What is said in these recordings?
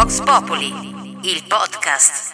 Vox Populi, il podcast.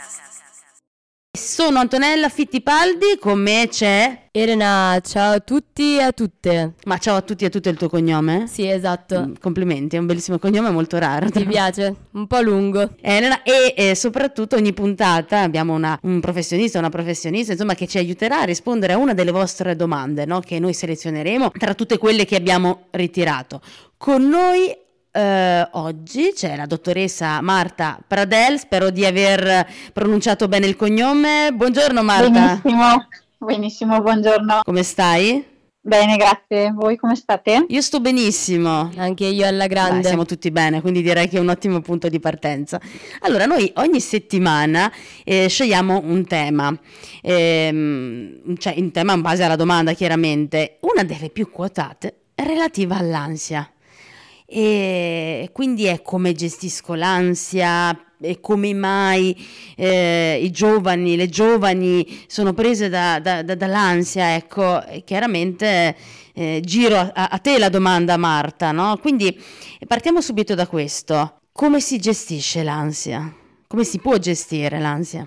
Sono Antonella Fittipaldi, con me c'è Elena. Ciao a tutti e a tutte. Ma ciao a tutti e a tutte, è il tuo cognome? Sì, esatto. Complimenti, è un bellissimo cognome, molto raro. Mi piace, un po' lungo. Elena, e soprattutto ogni puntata abbiamo un professionista, una professionista, insomma, che ci aiuterà a rispondere a una delle vostre domande, no? Che noi selezioneremo tra tutte quelle che abbiamo ritirato. Con noi oggi c'è la dottoressa Marta Pradel, spero di aver pronunciato bene il cognome. Buongiorno Marta. Benissimo, buongiorno. Come stai? Bene, grazie. Voi come state? Io sto benissimo. Anche io alla grande. Dai, siamo tutti bene, quindi direi che è un ottimo punto di partenza. Allora, noi ogni settimana scegliamo un tema, cioè un tema in base alla domanda, chiaramente. Una delle più quotate è relativa all'ansia. E quindi è come gestisco l'ansia e come mai i giovani, le giovani sono prese dall'ansia, ecco. E chiaramente giro a te la domanda, Marta, no? Quindi partiamo subito da questo. Come si gestisce l'ansia? Come si può gestire l'ansia?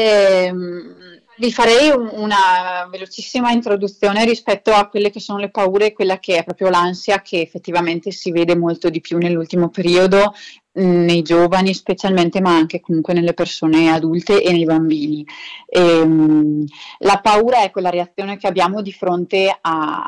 Vi farei una velocissima introduzione rispetto a quelle che sono le paure e quella che è proprio l'ansia, che effettivamente si vede molto di più nell'ultimo periodo nei giovani specialmente, ma anche comunque nelle persone adulte e nei bambini. La paura è quella reazione che abbiamo di fronte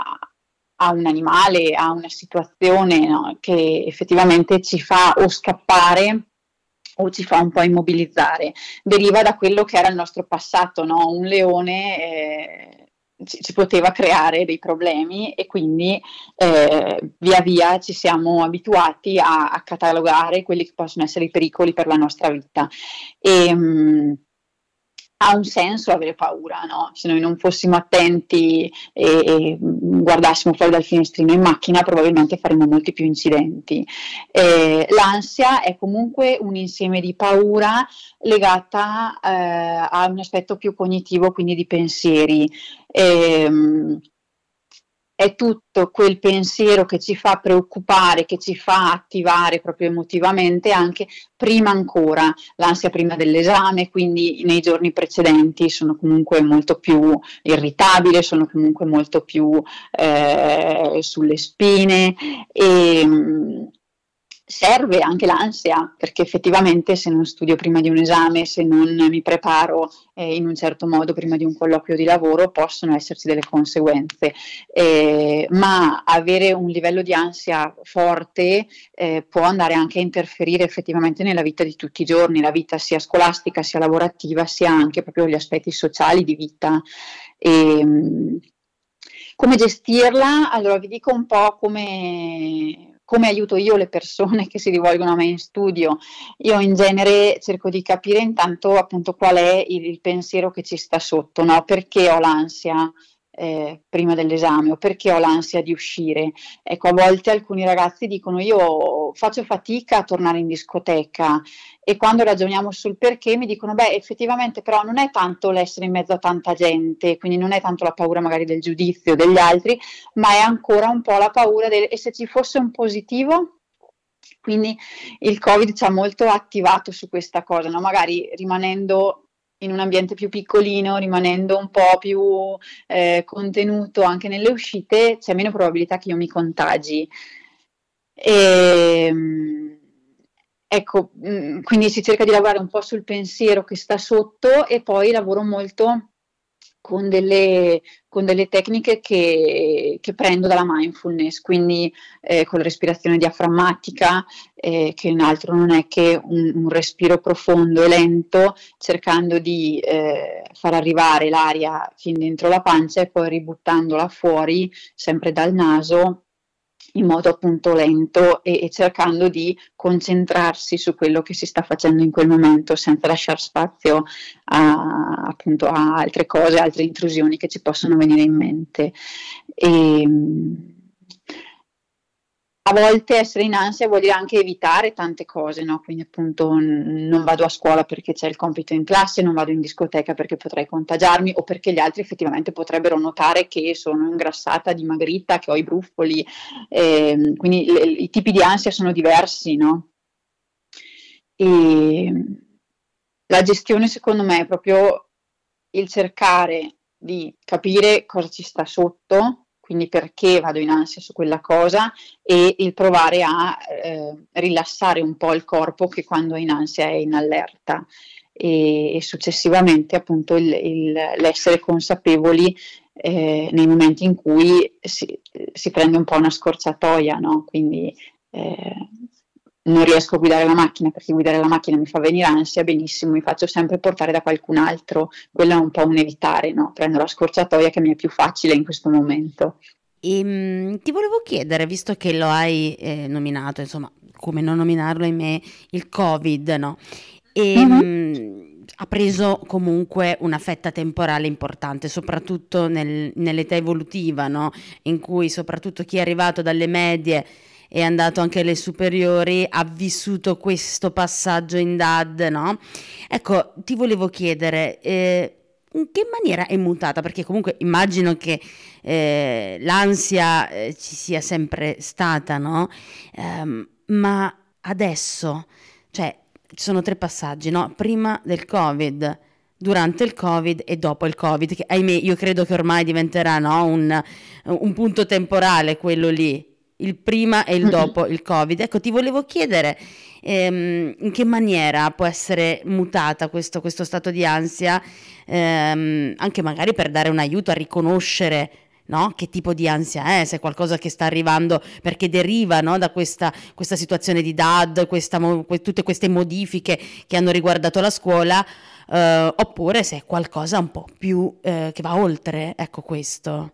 a un animale, a una situazione, no, che effettivamente ci fa o scappare o ci fa un po' immobilizzare. Deriva da quello che era il nostro passato, no? Un leone ci poteva creare dei problemi e quindi via via ci siamo abituati a catalogare quelli che possono essere i pericoli per la nostra vita. Ha un senso avere paura, no? Se noi non fossimo attenti e guardassimo fuori dal finestrino in macchina, probabilmente faremmo molti più incidenti. L'ansia è comunque un insieme di paura legata a un aspetto più cognitivo, quindi di pensieri. È tutto quel pensiero che ci fa preoccupare, che ci fa attivare proprio emotivamente anche prima ancora, l'ansia prima dell'esame, quindi nei giorni precedenti sono comunque molto più irritabile, sono comunque molto più sulle spine e serve anche l'ansia, perché effettivamente se non studio prima di un esame, se non mi preparo in un certo modo prima di un colloquio di lavoro, possono esserci delle conseguenze, ma avere un livello di ansia forte può andare anche a interferire effettivamente nella vita di tutti i giorni, la vita sia scolastica, sia lavorativa, sia anche proprio gli aspetti sociali di vita. Come gestirla? Allora vi dico un po' come aiuto io le persone che si rivolgono a me in studio. Io in genere cerco di capire intanto appunto qual è il pensiero che ci sta sotto, no? Perché ho l'ansia prima dell'esame o perché ho l'ansia di uscire. Ecco, a volte alcuni ragazzi dicono io faccio fatica a tornare in discoteca e quando ragioniamo sul perché mi dicono beh effettivamente però non è tanto l'essere in mezzo a tanta gente, quindi non è tanto la paura magari del giudizio degli altri, ma è ancora un po' la paura e se ci fosse un positivo. Quindi il Covid ci ha molto attivato su questa cosa, no? Magari rimanendo in un ambiente più piccolino, rimanendo un po' più contenuto anche nelle uscite, c'è meno probabilità che io mi contagi. Ecco, quindi si cerca di lavorare un po' sul pensiero che sta sotto e poi lavoro molto con delle tecniche che prendo dalla mindfulness, quindi con la respirazione diaframmatica, che in altro non è che un respiro profondo e lento, cercando di far arrivare l'aria fin dentro la pancia e poi ributtandola fuori, sempre dal naso, in modo appunto lento e cercando di concentrarsi su quello che si sta facendo in quel momento senza lasciare spazio appunto a altre cose, altre intrusioni che ci possono venire in mente. A volte essere in ansia vuol dire anche evitare tante cose, no? Quindi appunto non vado a scuola perché c'è il compito in classe, non vado in discoteca perché potrei contagiarmi o perché gli altri effettivamente potrebbero notare che sono ingrassata, dimagrita, che ho i bruffoli, quindi i tipi di ansia sono diversi, no? E la gestione, secondo me, è proprio il cercare di capire cosa ci sta sotto, quindi perché vado in ansia su quella cosa, e il provare a rilassare un po' il corpo che quando è in ansia è in allerta. E successivamente appunto l'essere consapevoli nei momenti in cui si prende un po' una scorciatoia, no? Quindi non riesco a guidare la macchina perché guidare la macchina mi fa venire ansia, benissimo, mi faccio sempre portare da qualcun altro, quello è un po' un evitare, no? Prendo la scorciatoia che mi è più facile in questo momento. Ti volevo chiedere, visto che lo hai nominato, insomma, come non nominarlo in me, il Covid, no? Ha preso comunque una fetta temporale importante, soprattutto nell'età evolutiva, no? In cui soprattutto chi è arrivato dalle medie è andato anche alle superiori, ha vissuto questo passaggio in DAD, no? Ecco, ti volevo chiedere, in che maniera è mutata? Perché comunque immagino che l'ansia ci sia sempre stata, no? Ma adesso, cioè, ci sono 3 passaggi, no? Prima del Covid, durante il Covid e dopo il Covid, che ahimè io credo che ormai diventerà, no, un punto temporale quello lì, il prima e il dopo il Covid. Ecco, ti volevo chiedere in che maniera può essere mutata questo stato di ansia, anche magari per dare un aiuto a riconoscere, no, che tipo di ansia è, se è qualcosa che sta arrivando perché deriva, no, da questa situazione di DAD, tutte queste modifiche che hanno riguardato la scuola, oppure se è qualcosa un po' più che va oltre, ecco questo.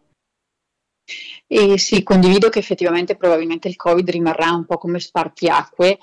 E sì, condivido che effettivamente probabilmente il Covid rimarrà un po' come spartiacque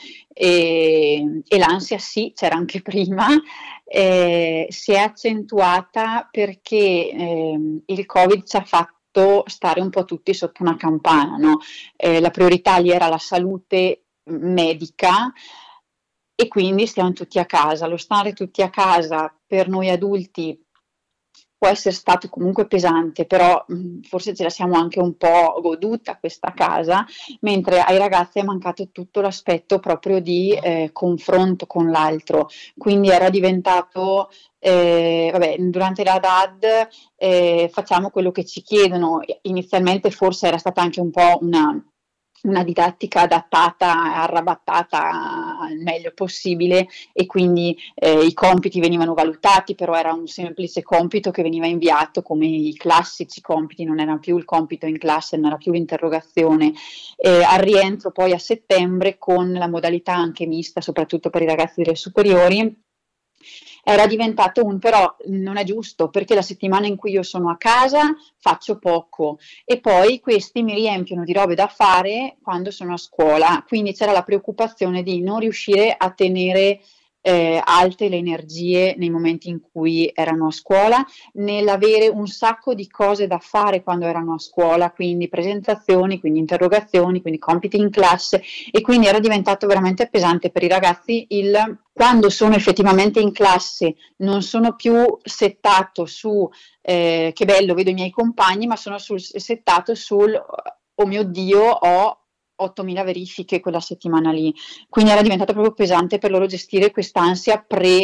e l'ansia sì, c'era anche prima, si è accentuata perché il Covid ci ha fatto stare un po' tutti sotto una campana, no? La priorità lì era la salute medica e quindi stiamo tutti a casa. Lo stare tutti a casa per noi adulti può essere stato comunque pesante, però forse ce la siamo anche un po' goduta questa casa, mentre ai ragazzi è mancato tutto l'aspetto proprio di confronto con l'altro, quindi era diventato, vabbè, durante la DAD facciamo quello che ci chiedono, inizialmente forse era stata anche un po' una didattica adattata, arrabattata al meglio possibile e quindi i compiti venivano valutati, però era un semplice compito che veniva inviato come i classici compiti, non era più il compito in classe, non era più l'interrogazione. Al rientro poi a settembre con la modalità anche mista, soprattutto per i ragazzi delle superiori, era diventato però non è giusto perché la settimana in cui io sono a casa faccio poco e poi questi mi riempiono di robe da fare quando sono a scuola, quindi c'era la preoccupazione di non riuscire a tenere alte le energie nei momenti in cui erano a scuola, nell'avere un sacco di cose da fare quando erano a scuola, quindi presentazioni, quindi interrogazioni, quindi compiti in classe e quindi era diventato veramente pesante per i ragazzi quando sono effettivamente in classe non sono più settato su che bello, vedo i miei compagni, ma sono settato sul oh mio Dio, ho 8.000 verifiche quella settimana lì. Quindi era diventato proprio pesante per loro gestire quest'ansia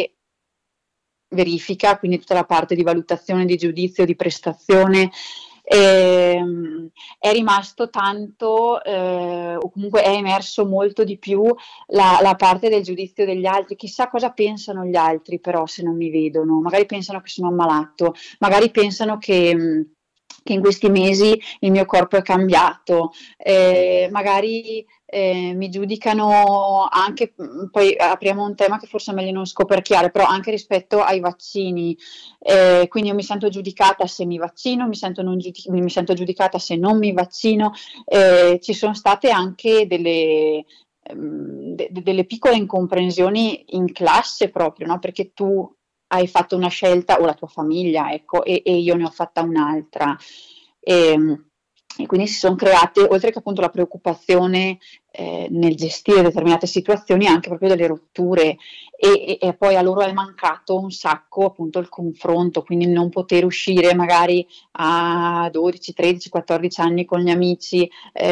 pre-verifica, quindi tutta la parte di valutazione, di giudizio, di prestazione. È rimasto tanto, o comunque è emerso molto di più la parte del giudizio degli altri. Chissà cosa pensano gli altri, però, se non mi vedono. Magari pensano che sono ammalato, magari pensano che in questi mesi il mio corpo è cambiato, magari mi giudicano anche, poi apriamo un tema che forse è meglio non scoperchiare, però anche rispetto ai vaccini, quindi io mi sento giudicata se mi vaccino, mi sento giudicata se non mi vaccino, ci sono state anche delle piccole incomprensioni in classe proprio, no? Perché tu hai fatto una scelta, o la tua famiglia, ecco, e io ne ho fatta un'altra. E quindi si sono create, oltre che appunto la preoccupazione nel gestire determinate situazioni, anche proprio delle rotture e poi a loro è mancato un sacco appunto il confronto, quindi non poter uscire magari a 12, 13, 14 anni con gli amici,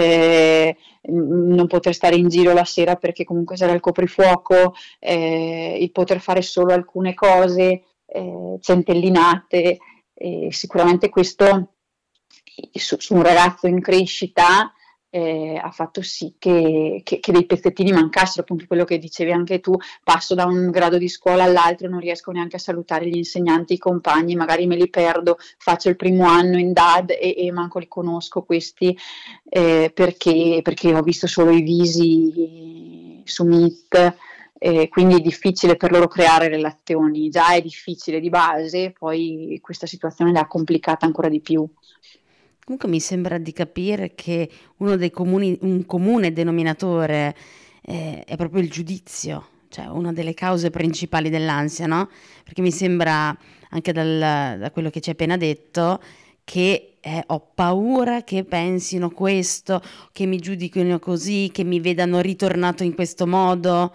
non poter stare in giro la sera perché comunque c'era il coprifuoco, il poter fare solo alcune cose centellinate, sicuramente questo su un ragazzo in crescita ha fatto sì che dei pezzettini mancassero, appunto quello che dicevi anche tu, passo da un grado di scuola all'altro, non riesco neanche a salutare gli insegnanti, i compagni, magari me li perdo, faccio il primo anno in DAD e manco li conosco questi perché ho visto solo i visi su Meet. Quindi è difficile per loro creare relazioni, già è difficile di base, poi questa situazione l'ha complicata ancora di più. Comunque mi sembra di capire che un comune denominatore è proprio il giudizio, cioè una delle cause principali dell'ansia, no? Perché mi sembra, anche da quello che ci hai appena detto, che ho paura che pensino questo, che mi giudichino così, che mi vedano ritornato in questo modo.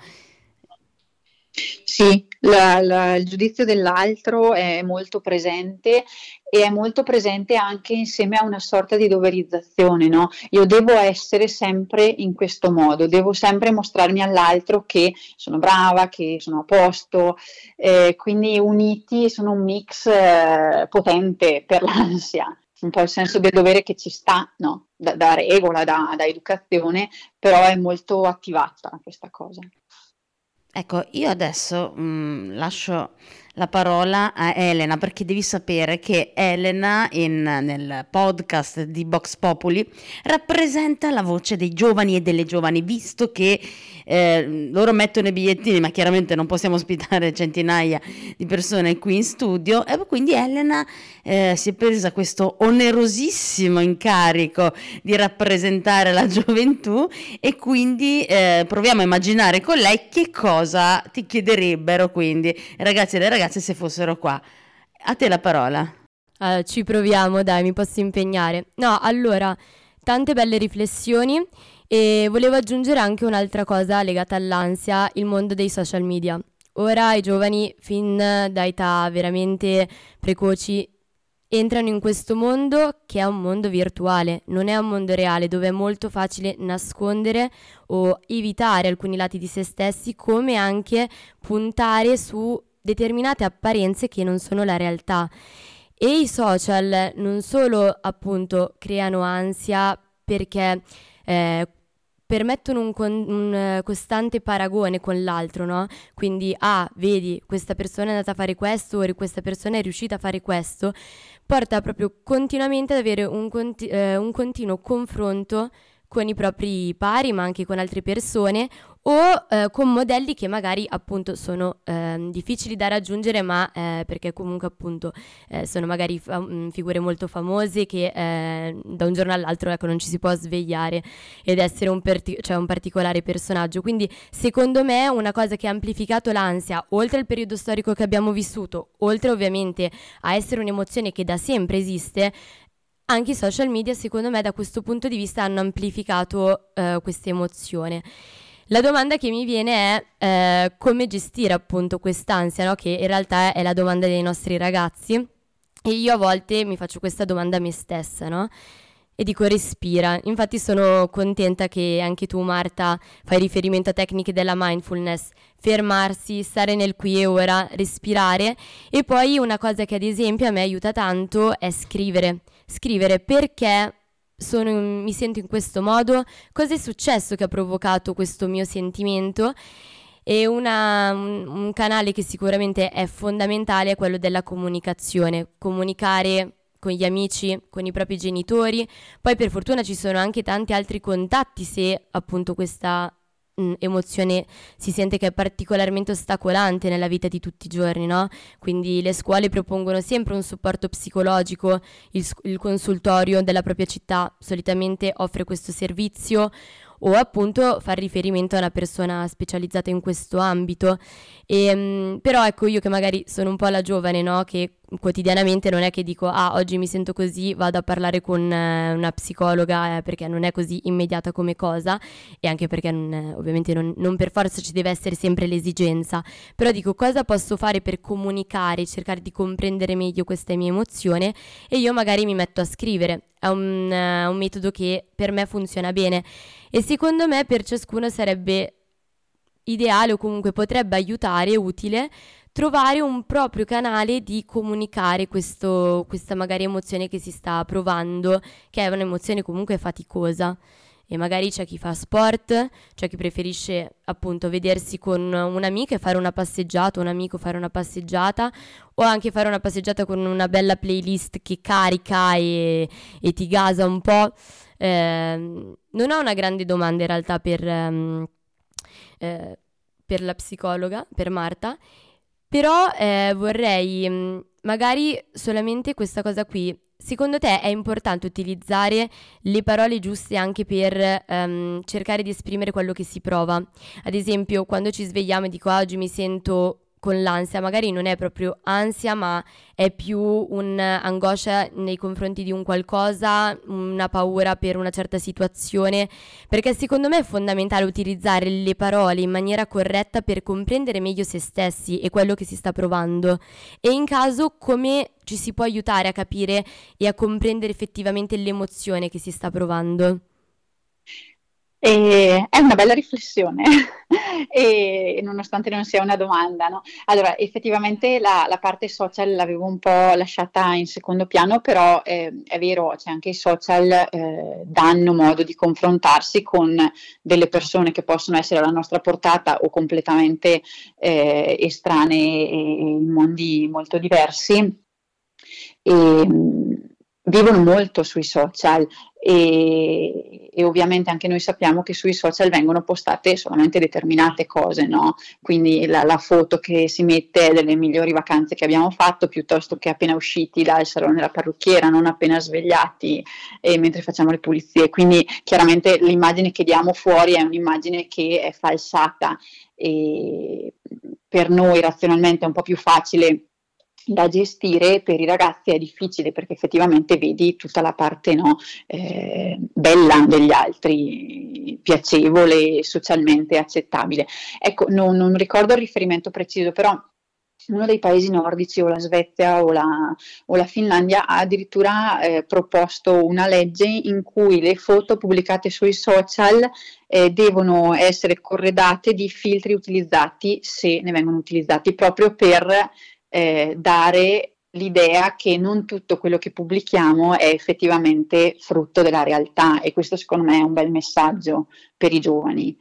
Sì, il giudizio dell'altro è molto presente e è molto presente anche insieme a una sorta di doverizzazione, no? Io devo essere sempre in questo modo, devo sempre mostrarmi all'altro che sono brava, che sono a posto, quindi uniti sono un mix potente per l'ansia, un po' il senso del dovere che ci sta, no? Da regola, da educazione, però è molto attivata questa cosa. Ecco, io adesso lascio la parola a Elena perché devi sapere che Elena nel podcast di Vox Populi rappresenta la voce dei giovani e delle giovani, visto che loro mettono i bigliettini, ma chiaramente non possiamo ospitare centinaia di persone qui in studio, e quindi Elena si è presa questo onerosissimo incarico di rappresentare la gioventù e quindi proviamo a immaginare con lei che cosa ti chiederebbero quindi ragazzi e le ragazze se fossero qua. A te la parola. Ci proviamo, dai, mi posso impegnare. No, allora, tante belle riflessioni e volevo aggiungere anche un'altra cosa legata all'ansia, il mondo dei social media. Ora i giovani, fin da età veramente precoci, entrano in questo mondo che è un mondo virtuale, non è un mondo reale, dove è molto facile nascondere o evitare alcuni lati di se stessi, come anche puntare su determinate apparenze che non sono la realtà. E i social non solo appunto creano ansia perché permettono un costante paragone con l'altro, no? Quindi, vedi, questa persona è andata a fare questo, o questa persona è riuscita a fare questo, porta proprio continuamente ad avere un continuo confronto con i propri pari, ma anche con altre persone o con modelli che magari appunto sono difficili da raggiungere, ma perché comunque appunto sono magari figure molto famose che da un giorno all'altro non ci si può svegliare ed essere un particolare personaggio. Quindi secondo me una cosa che ha amplificato l'ansia, oltre al periodo storico che abbiamo vissuto, oltre ovviamente a essere un'emozione che da sempre esiste, anche i social media, secondo me, da questo punto di vista hanno amplificato questa emozione. La domanda che mi viene è come gestire appunto quest'ansia, no? Che in realtà è la domanda dei nostri ragazzi. E io a volte mi faccio questa domanda a me stessa, no? E dico respira. Infatti sono contenta che anche tu, Marta, fai riferimento a tecniche della mindfulness, fermarsi, stare nel qui e ora, respirare. E poi una cosa che ad esempio a me aiuta tanto è scrivere perché mi sento in questo modo, cosa è successo che ha provocato questo mio sentimento. E un canale che sicuramente è fondamentale è quello della comunicazione, comunicare con gli amici, con i propri genitori. Poi per fortuna ci sono anche tanti altri contatti se appunto questa emozione si sente che è particolarmente ostacolante nella vita di tutti i giorni, no? Quindi le scuole propongono sempre un supporto psicologico, il consultorio della propria città solitamente offre questo servizio, o appunto far riferimento a una persona specializzata in questo ambito. Però ecco, io che magari sono un po' la giovane, no? Che quotidianamente non è che dico oggi mi sento così, vado a parlare con una psicologa, perché non è così immediata come cosa, e anche perché ovviamente non per forza ci deve essere sempre l'esigenza, però dico cosa posso fare per comunicare, cercare di comprendere meglio questa mia emozione, e io magari mi metto a scrivere. È un metodo che per me funziona bene, e secondo me per ciascuno sarebbe ideale, o comunque potrebbe aiutare, utile, trovare un proprio canale di comunicare questa magari emozione che si sta provando, che è un'emozione comunque faticosa. E magari c'è chi fa sport, c'è chi preferisce appunto vedersi con un'amica e fare una passeggiata, un amico fare una passeggiata, o anche fare una passeggiata con una bella playlist che carica e ti gasa un po'. Non ho una grande domanda in realtà per la psicologa, per Marta, però vorrei magari solamente questa cosa qui. Secondo te è importante utilizzare le parole giuste anche per cercare di esprimere quello che si prova? Ad esempio, quando ci svegliamo e dico oggi mi sento con l'ansia, magari non è proprio ansia, ma è più un'angoscia nei confronti di un qualcosa, una paura per una certa situazione, perché secondo me è fondamentale utilizzare le parole in maniera corretta per comprendere meglio se stessi e quello che si sta provando, e in caso come ci si può aiutare a capire e a comprendere effettivamente l'emozione che si sta provando. È una bella riflessione, e nonostante non sia una domanda, no? Allora, effettivamente la parte social l'avevo un po' lasciata in secondo piano, però è vero, cioè anche i social danno modo di confrontarsi con delle persone che possono essere alla nostra portata o completamente estranee in mondi molto diversi. Vivono molto sui social, e ovviamente anche noi sappiamo che sui social vengono postate solamente determinate cose, no? Quindi la foto che si mette delle migliori vacanze che abbiamo fatto, piuttosto che appena usciti dal salone della parrucchiera, non appena svegliati mentre facciamo le pulizie. Quindi chiaramente l'immagine che diamo fuori è un'immagine che è falsata, e per noi razionalmente è un po' più facile da gestire, per i ragazzi è difficile perché effettivamente vedi tutta la parte, no, bella degli altri, piacevole, socialmente accettabile. Ecco, non ricordo il riferimento preciso, però uno dei paesi nordici, o la Svezia o la Finlandia, ha addirittura proposto una legge in cui le foto pubblicate sui social devono essere corredate di filtri utilizzati, se ne vengono utilizzati, proprio per dare l'idea che non tutto quello che pubblichiamo è effettivamente frutto della realtà, e questo secondo me è un bel messaggio per i giovani.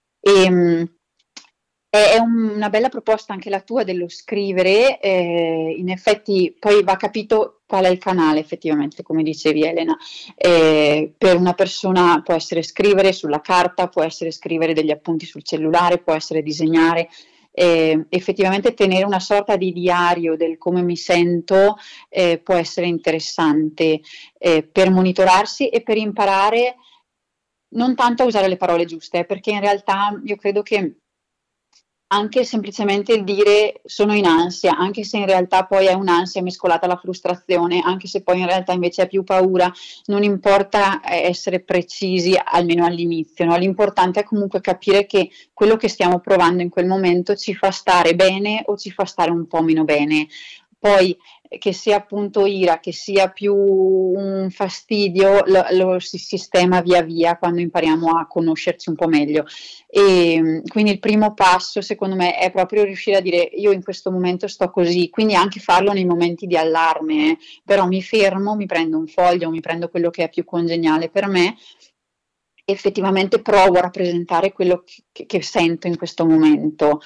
È una bella proposta anche la tua dello scrivere, in effetti poi va capito qual è il canale effettivamente, come dicevi Elena. Per una persona può essere scrivere sulla carta, può essere scrivere degli appunti sul cellulare, può essere disegnare. Effettivamente tenere una sorta di diario del come mi sento può essere interessante per monitorarsi e per imparare non tanto a usare le parole giuste, perché in realtà io credo che anche semplicemente il dire sono in ansia, anche se in realtà poi è un'ansia mescolata alla frustrazione, anche se poi in realtà invece è più paura, non importa essere precisi almeno all'inizio, no? L'importante è comunque capire che quello che stiamo provando in quel momento ci fa stare bene o ci fa stare un po' meno bene. Poi che sia appunto ira, che sia più un fastidio, lo si sistema via via quando impariamo a conoscerci un po' meglio. E quindi il primo passo secondo me è proprio riuscire a dire io in questo momento sto così, quindi anche farlo nei momenti di allarme, però mi fermo, mi prendo un foglio, mi prendo quello che è più congeniale per me, effettivamente provo a rappresentare quello che sento in questo momento.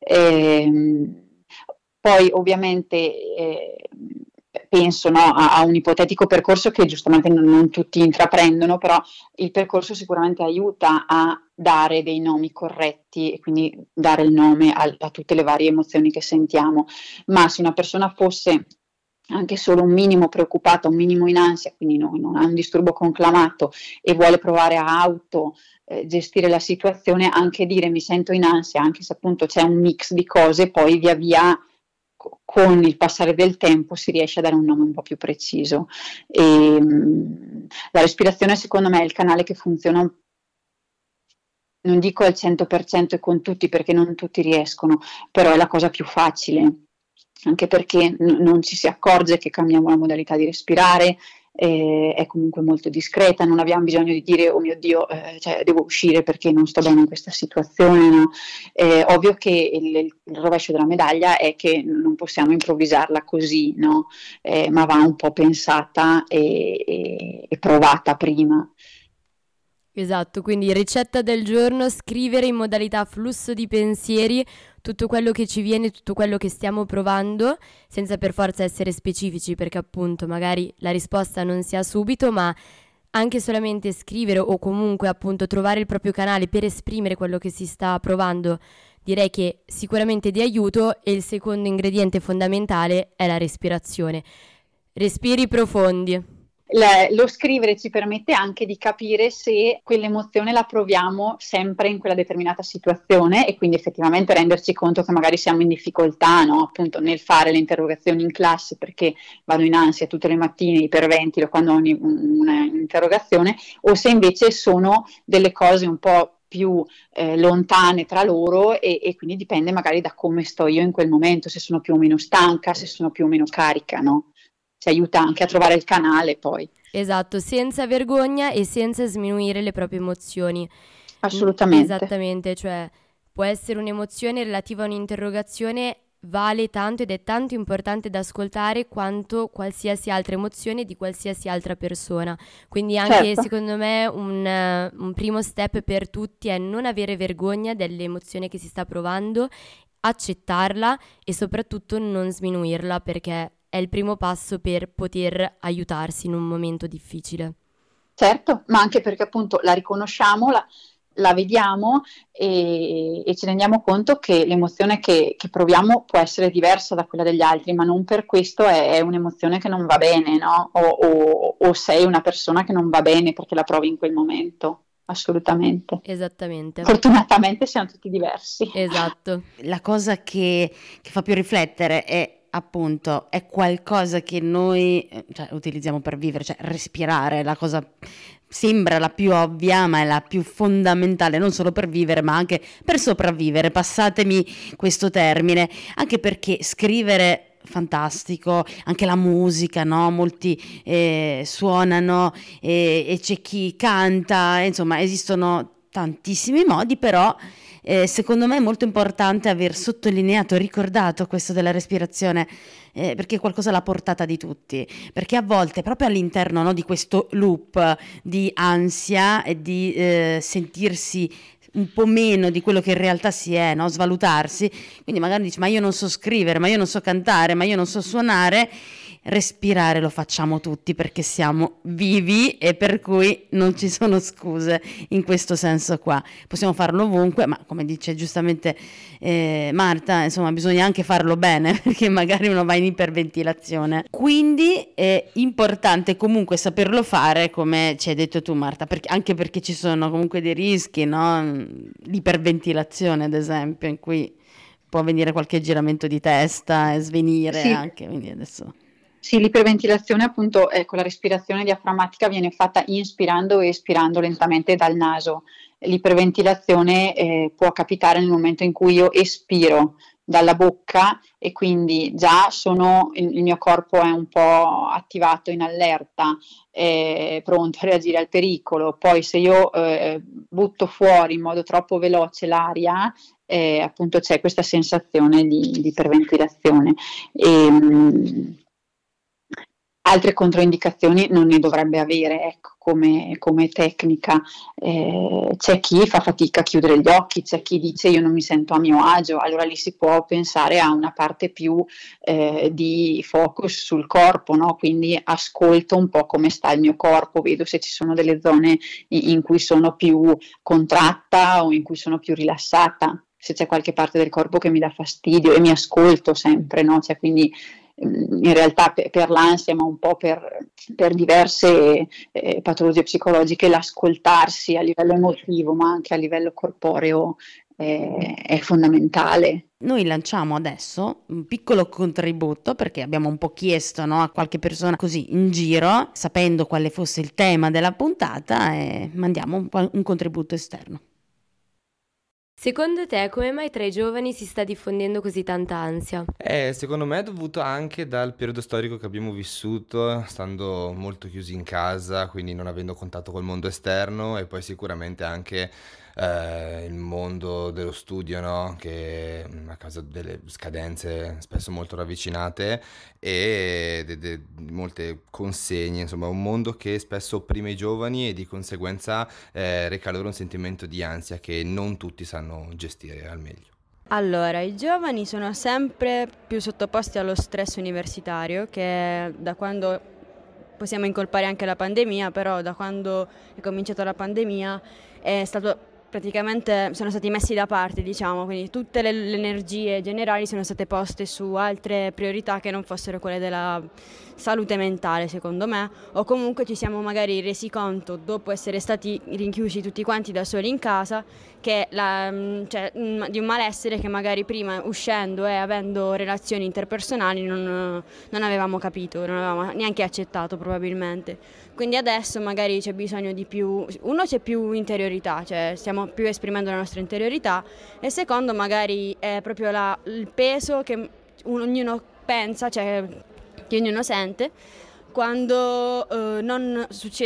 Poi ovviamente penso, no, a un ipotetico percorso che giustamente non tutti intraprendono, però il percorso sicuramente aiuta a dare dei nomi corretti e quindi dare il nome a tutte le varie emozioni che sentiamo. Ma se una persona fosse anche solo un minimo preoccupata, un minimo in ansia, quindi non ha un disturbo conclamato e vuole provare a gestire la situazione, anche dire mi sento in ansia, anche se appunto c'è un mix di cose, poi via via con il passare del tempo si riesce a dare un nome un po' più preciso. La respirazione secondo me è il canale che funziona, non dico al 100% e con tutti, perché non tutti riescono, però è la cosa più facile, anche perché non ci si accorge che cambiamo la modalità di respirare, è comunque molto discreta, non abbiamo bisogno di dire oh mio Dio, cioè, devo uscire perché non sto bene in questa situazione, no? Ovvio che il rovescio della medaglia è che non possiamo improvvisarla così, no? Ma va un po' pensata e provata prima. Esatto, quindi ricetta del giorno: scrivere in modalità flusso di pensieri tutto quello che ci viene, tutto quello che stiamo provando, senza per forza essere specifici, perché appunto magari la risposta non si ha subito, ma anche solamente scrivere o comunque appunto trovare il proprio canale per esprimere quello che si sta provando, direi che sicuramente è di aiuto. E il secondo ingrediente fondamentale è la respirazione. Respiri profondi. Lo scrivere ci permette anche di capire se quell'emozione la proviamo sempre in quella determinata situazione, e quindi effettivamente renderci conto che magari siamo in difficoltà, no? Appunto nel fare le interrogazioni in classe perché vado in ansia tutte le mattine, iperventilo quando ho un'interrogazione, o se invece sono delle cose un po' più lontane tra loro, e quindi dipende magari da come sto io in quel momento, se sono più o meno stanca, se sono più o meno carica, no? Ci aiuta anche a trovare il canale poi. Esatto, senza vergogna e senza sminuire le proprie emozioni. Assolutamente. Esattamente, cioè può essere un'emozione relativa a un'interrogazione, vale tanto ed è tanto importante da ascoltare quanto qualsiasi altra emozione di qualsiasi altra persona. Quindi anche Certo. secondo me un primo step per tutti è non avere vergogna dell'emozione che si sta provando, accettarla e soprattutto non sminuirla, perché è il primo passo per poter aiutarsi in un momento difficile. Certo, ma anche perché appunto la riconosciamo, la vediamo e ci rendiamo conto che l'emozione che proviamo può essere diversa da quella degli altri, ma non per questo è un'emozione che non va bene, no? O sei una persona che non va bene perché la provi in quel momento. Assolutamente. Esattamente. Fortunatamente siamo tutti diversi. Esatto. La cosa che fa più riflettere è appunto, è qualcosa che noi utilizziamo per vivere, cioè respirare, la cosa sembra la più ovvia, ma è la più fondamentale, non solo per vivere, ma anche per sopravvivere, passatemi questo termine, anche perché scrivere fantastico, anche la musica, no? Molti suonano e c'è chi canta, insomma esistono tantissimi modi, però secondo me è molto importante aver sottolineato, ricordato questo della respirazione, perché è qualcosa alla portata di tutti, perché a volte proprio all'interno, no, di questo loop di ansia e di sentirsi un po' meno di quello che in realtà si è, no? Svalutarsi, quindi magari dici ma io non so scrivere, ma io non so cantare, ma io non so suonare. Respirare lo facciamo tutti perché siamo vivi e per cui non ci sono scuse in questo senso qua. Possiamo farlo ovunque, ma come dice giustamente Marta, insomma bisogna anche farlo bene perché magari uno va in iperventilazione. Quindi è importante comunque saperlo fare, come ci hai detto tu Marta, anche perché ci sono comunque dei rischi, no? L'iperventilazione ad esempio, in cui può venire qualche giramento di testa e svenire Sì. anche, quindi adesso... Sì, l'iperventilazione appunto con la respirazione diaframmatica viene fatta inspirando e espirando lentamente dal naso. L'iperventilazione può capitare nel momento in cui io espiro dalla bocca e quindi già il mio corpo è un po' attivato in allerta, pronto a reagire al pericolo. Poi se io butto fuori in modo troppo veloce l'aria, appunto c'è questa sensazione di iperventilazione. Altre controindicazioni non ne dovrebbe avere, ecco, come tecnica. C'è chi fa fatica a chiudere gli occhi, c'è chi dice io non mi sento a mio agio, allora lì si può pensare a una parte più di focus sul corpo, no? Quindi ascolto un po' come sta il mio corpo, vedo se ci sono delle zone in cui sono più contratta o in cui sono più rilassata, se c'è qualche parte del corpo che mi dà fastidio, e mi ascolto sempre, no? Cioè, quindi in realtà per l'ansia, ma un po' per diverse patologie psicologiche, l'ascoltarsi a livello emotivo, ma anche a livello corporeo è fondamentale. Noi lanciamo adesso un piccolo contributo, perché abbiamo un po' chiesto, no, a qualche persona così in giro, sapendo quale fosse il tema della puntata, e mandiamo un contributo esterno. Secondo te, come mai tra i giovani si sta diffondendo così tanta ansia? Secondo me è dovuto anche dal periodo storico che abbiamo vissuto, stando molto chiusi in casa, quindi non avendo contatto col mondo esterno, e poi sicuramente anche il mondo dello studio, no? Che a causa delle scadenze spesso molto ravvicinate e molte consegne, insomma un mondo che spesso opprime i giovani e di conseguenza reca loro un sentimento di ansia che non tutti sanno gestire al meglio. Allora, i giovani sono sempre più sottoposti allo stress universitario, che da quando possiamo incolpare anche la pandemia, però da quando è cominciata la pandemia è stato praticamente, sono stati messi da parte, diciamo, quindi tutte le energie generali sono state poste su altre priorità che non fossero quelle della salute mentale, secondo me, o comunque ci siamo magari resi conto, dopo essere stati rinchiusi tutti quanti da soli in casa, che di un malessere che magari prima, uscendo e avendo relazioni interpersonali, non avevamo capito, non avevamo neanche accettato probabilmente. Quindi adesso magari c'è bisogno di più, uno c'è più interiorità, cioè stiamo più esprimendo la nostra interiorità, e secondo magari è proprio il peso che ognuno pensa, cioè che ognuno sente quando non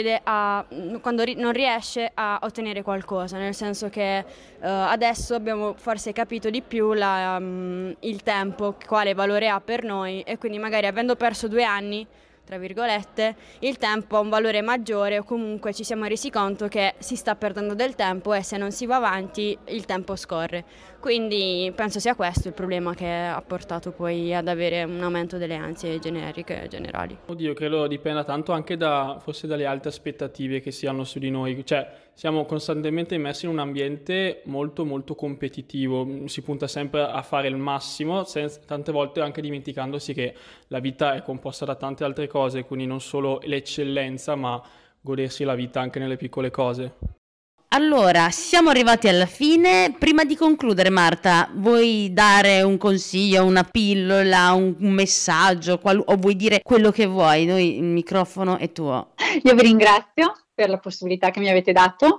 riesce a ottenere qualcosa, nel senso che adesso abbiamo forse capito di più il tempo, quale valore ha per noi, e quindi magari avendo perso 2 anni, tra virgolette, il tempo ha un valore maggiore, o comunque ci siamo resi conto che si sta perdendo del tempo e se non si va avanti il tempo scorre. Quindi penso sia questo il problema che ha portato poi ad avere un aumento delle ansie generali. Oddio, credo dipenda tanto anche forse dalle alte aspettative che si hanno su di noi, cioè siamo costantemente immersi in un ambiente molto molto competitivo, si punta sempre a fare il massimo, tante volte anche dimenticandosi che la vita è composta da tante altre cose, quindi non solo l'eccellenza, ma godersi la vita anche nelle piccole cose. Allora, siamo arrivati alla fine. Prima di concludere, Marta, vuoi dare un consiglio, una pillola, un messaggio, o vuoi dire quello che vuoi? Noi, il microfono è tuo. Io vi ringrazio per la possibilità che mi avete dato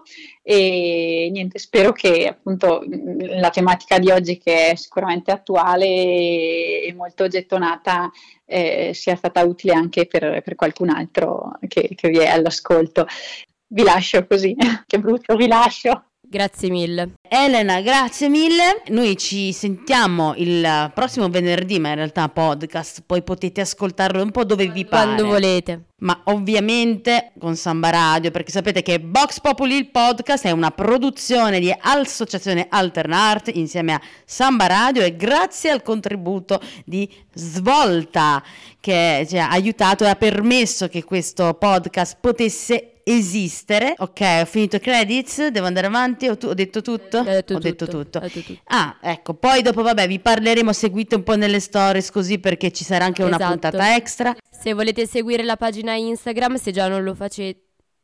e niente, spero che appunto la tematica di oggi, che è sicuramente attuale e molto gettonata, sia stata utile anche per qualcun altro che vi è all'ascolto. Vi lascio così, che brutto, vi lascio. Grazie mille. Elena, grazie mille. Noi ci sentiamo il prossimo venerdì, ma in realtà podcast, poi potete ascoltarlo un po' dove vi pare. Quando volete. Ma ovviamente con Samba Radio, perché sapete che Vox Populi, il podcast, è una produzione di Associazione Alternart insieme a Samba Radio, e grazie al contributo di Svolta che ci ha aiutato e ha permesso che questo podcast potesse esistere. Ok, ho finito i credits, devo andare avanti, ho detto tutto? Ho detto tutto. Ah, ecco, poi dopo vi parleremo, seguite un po' nelle stories così, perché ci sarà anche una puntata extra. Se volete seguire la pagina Instagram, se già non lo fate,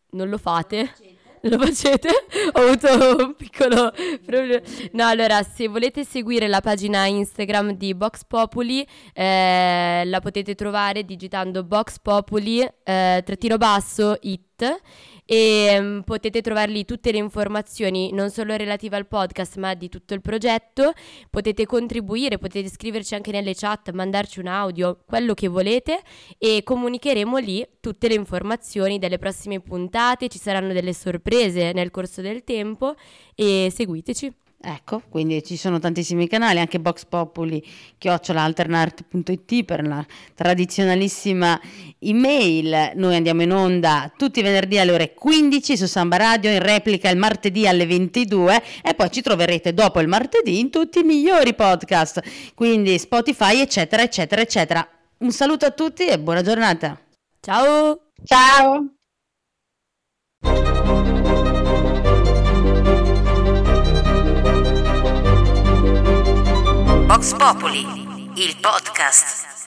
ho avuto un piccolo problema. No, allora, se volete seguire la pagina Instagram di Vox Populi, la potete trovare digitando Vox Populi _it, e potete trovarli tutte le informazioni, non solo relative al podcast ma di tutto il progetto. Potete contribuire, potete scriverci anche nelle chat, mandarci un audio, quello che volete, e comunicheremo lì tutte le informazioni delle prossime puntate. Ci saranno delle sorprese nel corso del tempo, e seguiteci. Ecco, quindi ci sono tantissimi canali, anche Vox Populi @alternart.it per la tradizionalissima email. Noi andiamo in onda tutti i venerdì alle ore 15 su Samba Radio, in replica il martedì alle 22, e poi ci troverete dopo il martedì in tutti i migliori podcast, quindi Spotify, eccetera eccetera eccetera. Un saluto a tutti e buona giornata. Ciao! Ciao! Vox Populi, il podcast.